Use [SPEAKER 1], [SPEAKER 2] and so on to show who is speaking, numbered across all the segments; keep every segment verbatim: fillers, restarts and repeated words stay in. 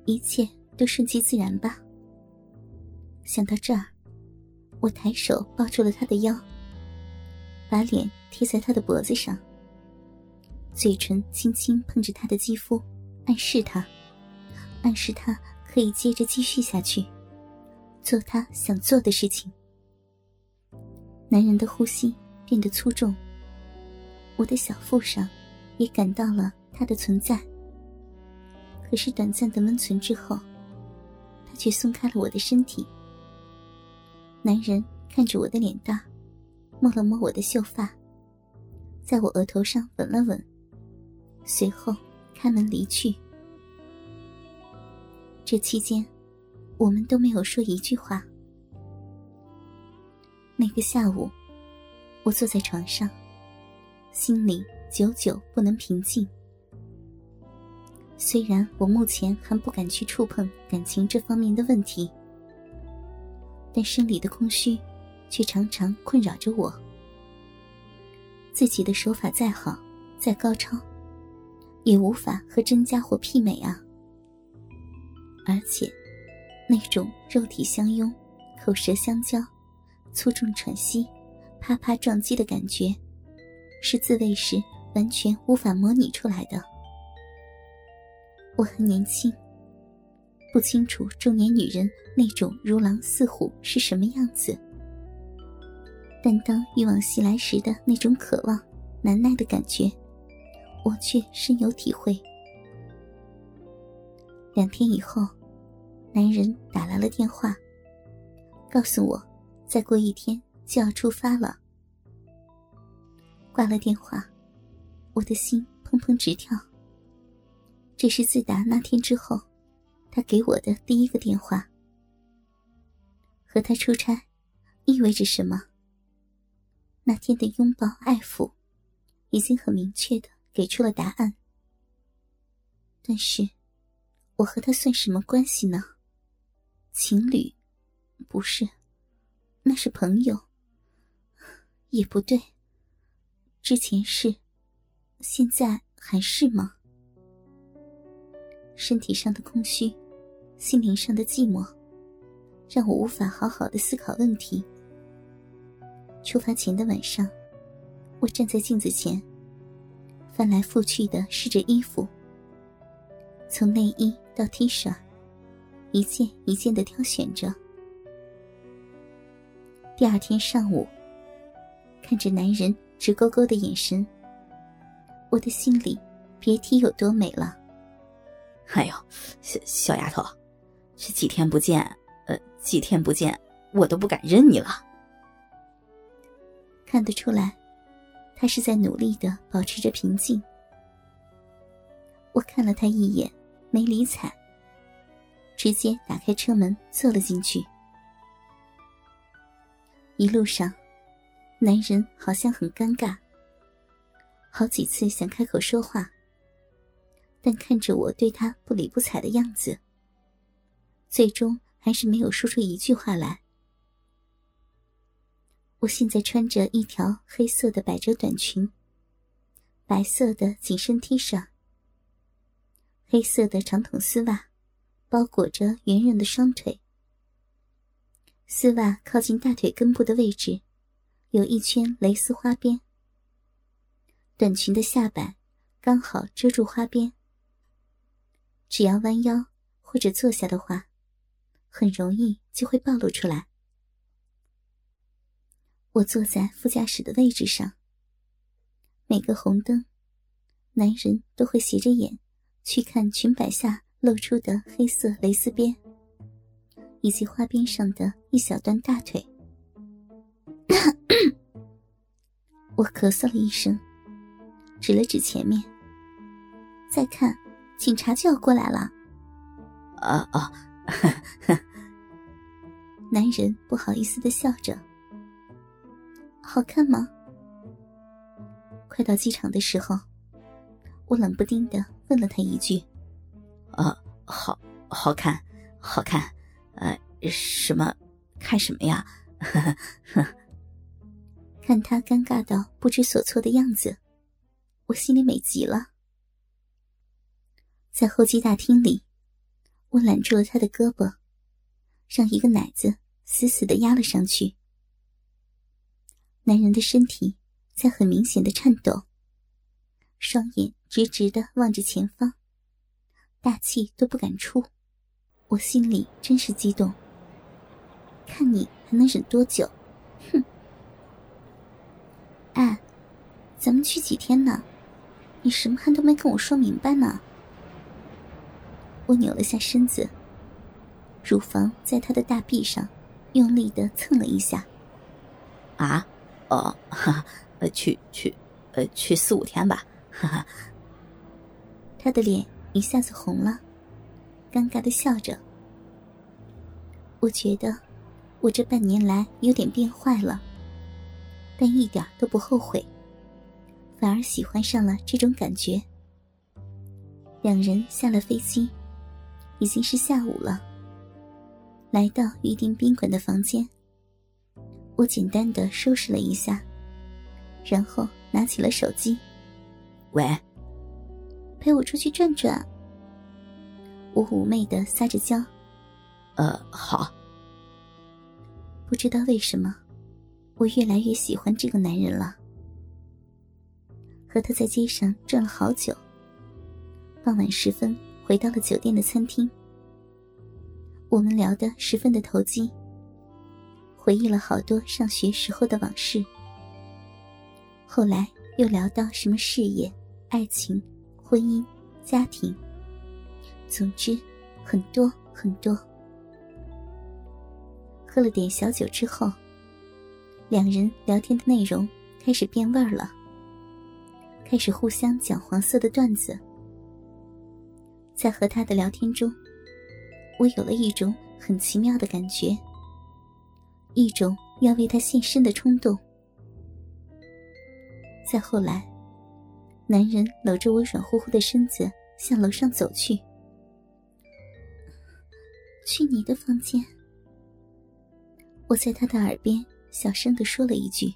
[SPEAKER 1] 一切都顺其自然吧。想到这儿，我抬手抱住了他的腰，把脸贴在他的脖子上，嘴唇轻轻碰着他的肌肤，暗示他暗示他可以接着继续下去，做他想做的事情。男人的呼吸变得粗重，我的小腹上也感到了他的存在。可是短暂的温存之后，他却松开了我的身体。男人看着我的脸蛋，摸了摸我的秀发，在我额头上吻了吻，随后开门离去。这期间我们都没有说一句话。那个下午，我坐在床上，心里久久不能平静。虽然我目前还不敢去触碰感情这方面的问题，但生理的空虚却常常困扰着我。自己的手法再好再高超，也无法和真家伙媲美啊。而且那种肉体相拥，口舌相交，粗重喘息，啪啪撞击的感觉，是自慰时完全无法模拟出来的。我很年轻，不清楚中年女人那种如狼似虎是什么样子，但当欲望袭来时的那种渴望难耐的感觉，我却深有体会。两天以后，男人打来了电话，告诉我再过一天就要出发了。挂了电话，我的心砰砰直跳。这是自打那天之后他给我的第一个电话。和他出差意味着什么？那天的拥抱爱抚已经很明确地给出了答案。但是我和他算什么关系呢？情侣？不是，那是朋友。也不对，之前是，现在还是吗？身体上的空虚，心灵上的寂寞，让我无法好好的思考问题。出发前的晚上，我站在镜子前，翻来覆去的试着衣服，从内衣到 T 恤，一件一件的挑选着。第二天上午，看着男人直勾勾的眼神，我的心里别提有多美了。
[SPEAKER 2] 哎呦，小小丫头，这几天不见，呃，几天不见，我都不敢认你了。
[SPEAKER 1] 看得出来，他是在努力地保持着平静。我看了他一眼，没理睬，直接打开车门坐了进去。一路上，男人好像很尴尬，好几次想开口说话，但看着我对他不理不睬的样子，最终还是没有说出一句话来。我现在穿着一条黑色的百褶短裙，白色的紧身 T 恤，黑色的长筒丝袜包裹着圆润的双腿，丝袜靠近大腿根部的位置有一圈蕾丝花边，短裙的下摆刚好遮住花边，只要弯腰或者坐下的话，很容易就会暴露出来。我坐在副驾驶的位置上，每个红灯，男人都会斜着眼去看裙摆下露出的黑色蕾丝边，以及花边上的一小段大腿。我咳嗽了一声，指了指前面，再看，警察就要过来了。
[SPEAKER 2] 啊啊！
[SPEAKER 1] 男人不好意思地笑着。好看吗？快到机场的时候，我冷不丁地问了他一句。
[SPEAKER 2] 啊，好，好看，好看。呃，什么？看什么呀？
[SPEAKER 1] 看他尴尬到不知所措的样子，我心里美极了。在候机大厅里， 我揽住了他的胳膊，让一个奶子死死地压了上去。男人的身体在很明显的颤抖，双眼直直地望着前方，大气都不敢出。我心里真是激动，看你还能忍多久。哼！哎，咱们去几天呢？你什么还都没跟我说明白呢。我扭了下身子，乳房在他的大臂上用力地蹭了一下。
[SPEAKER 2] 啊？哦，哈，呃，去去，呃，去四五天吧，哈哈。
[SPEAKER 1] 他的脸一下子红了，尴尬地笑着。我觉得我这半年来有点变坏了，但一点都不后悔，反而喜欢上了这种感觉。两人下了飞机，已经是下午了，来到预定宾馆的房间。我简单的收拾了一下，然后拿起了手机。
[SPEAKER 2] 喂，
[SPEAKER 1] 陪我出去转转。我妩媚的撒着娇。
[SPEAKER 2] 呃，好。
[SPEAKER 1] 不知道为什么，我越来越喜欢这个男人了。和他在街上转了好久，傍晚时分回到了酒店的餐厅。我们聊得十分的投机，回忆了好多上学时候的往事。后来又聊到什么事业、爱情、婚姻、家庭，总之很多很多。喝了点小酒之后，两人聊天的内容开始变味儿了，开始互相讲黄色的段子。在和他的聊天中，我有了一种很奇妙的感觉，一种要为他献身的冲动。再后来，男人搂着我软乎乎的身子向楼上走去。去你的房间。我在他的耳边小声地说了一句。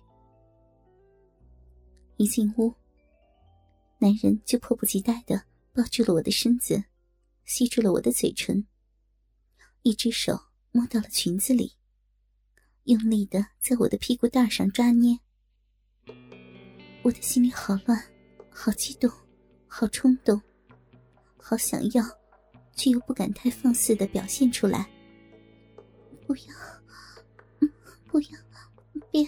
[SPEAKER 1] 一进屋，男人就迫不及待地抱住了我的身子，吸住了我的嘴唇，一只手摸到了裙子里，用力地在我的屁股蛋上抓捏。我的心里好乱，好激动，好冲动，好想要，却又不敢太放肆地表现出来。不要，不要，别！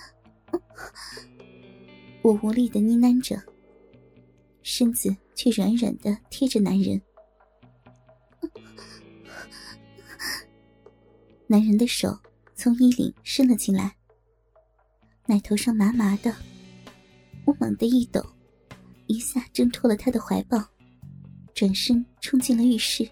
[SPEAKER 1] 我无力地呢喃着，身子却软软地贴着男人。男人的手从衣领伸了进来，奶头上麻麻的，我猛地一抖，一下挣脱了他的怀抱，转身冲进了浴室。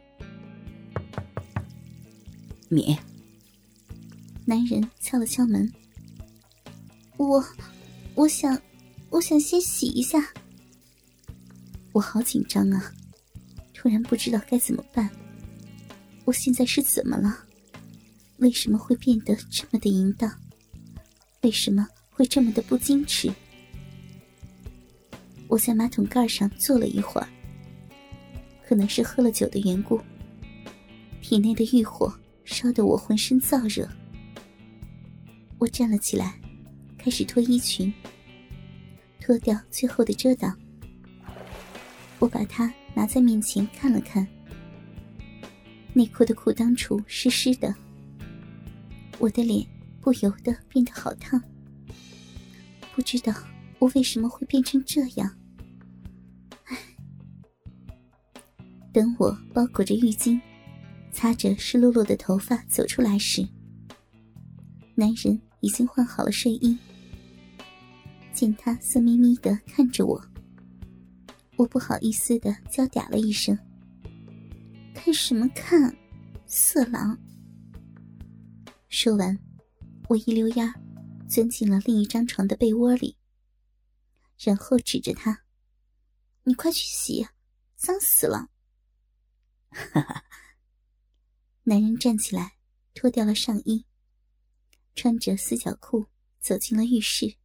[SPEAKER 2] 你。
[SPEAKER 1] 男人敲了敲门。我我想我想先洗一下。我好紧张啊，突然不知道该怎么办。我现在是怎么了？为什么会变得这么的淫荡？为什么会这么的不矜持？我在马桶盖上坐了一会儿，可能是喝了酒的缘故，体内的欲火烧得我浑身燥热。我站了起来，开始脱衣裙，脱掉最后的遮挡。我把它拿在面前看了看，内裤的裤裆处湿湿的，我的脸不由得变得好烫。不知道我为什么会变成这样。唉，等我包裹着浴巾，擦着湿漉漉的头发走出来时，男人已经换好了睡衣。见他色眯眯地看着我，我不好意思地娇嗲了一声：看什么看，色狼！说完，我一溜烟钻进了另一张床的被窝里，然后指着他：你快去洗，脏死了！
[SPEAKER 2] 哈哈。
[SPEAKER 1] 男人站起来，脱掉了上衣，穿着四角裤走进了浴室。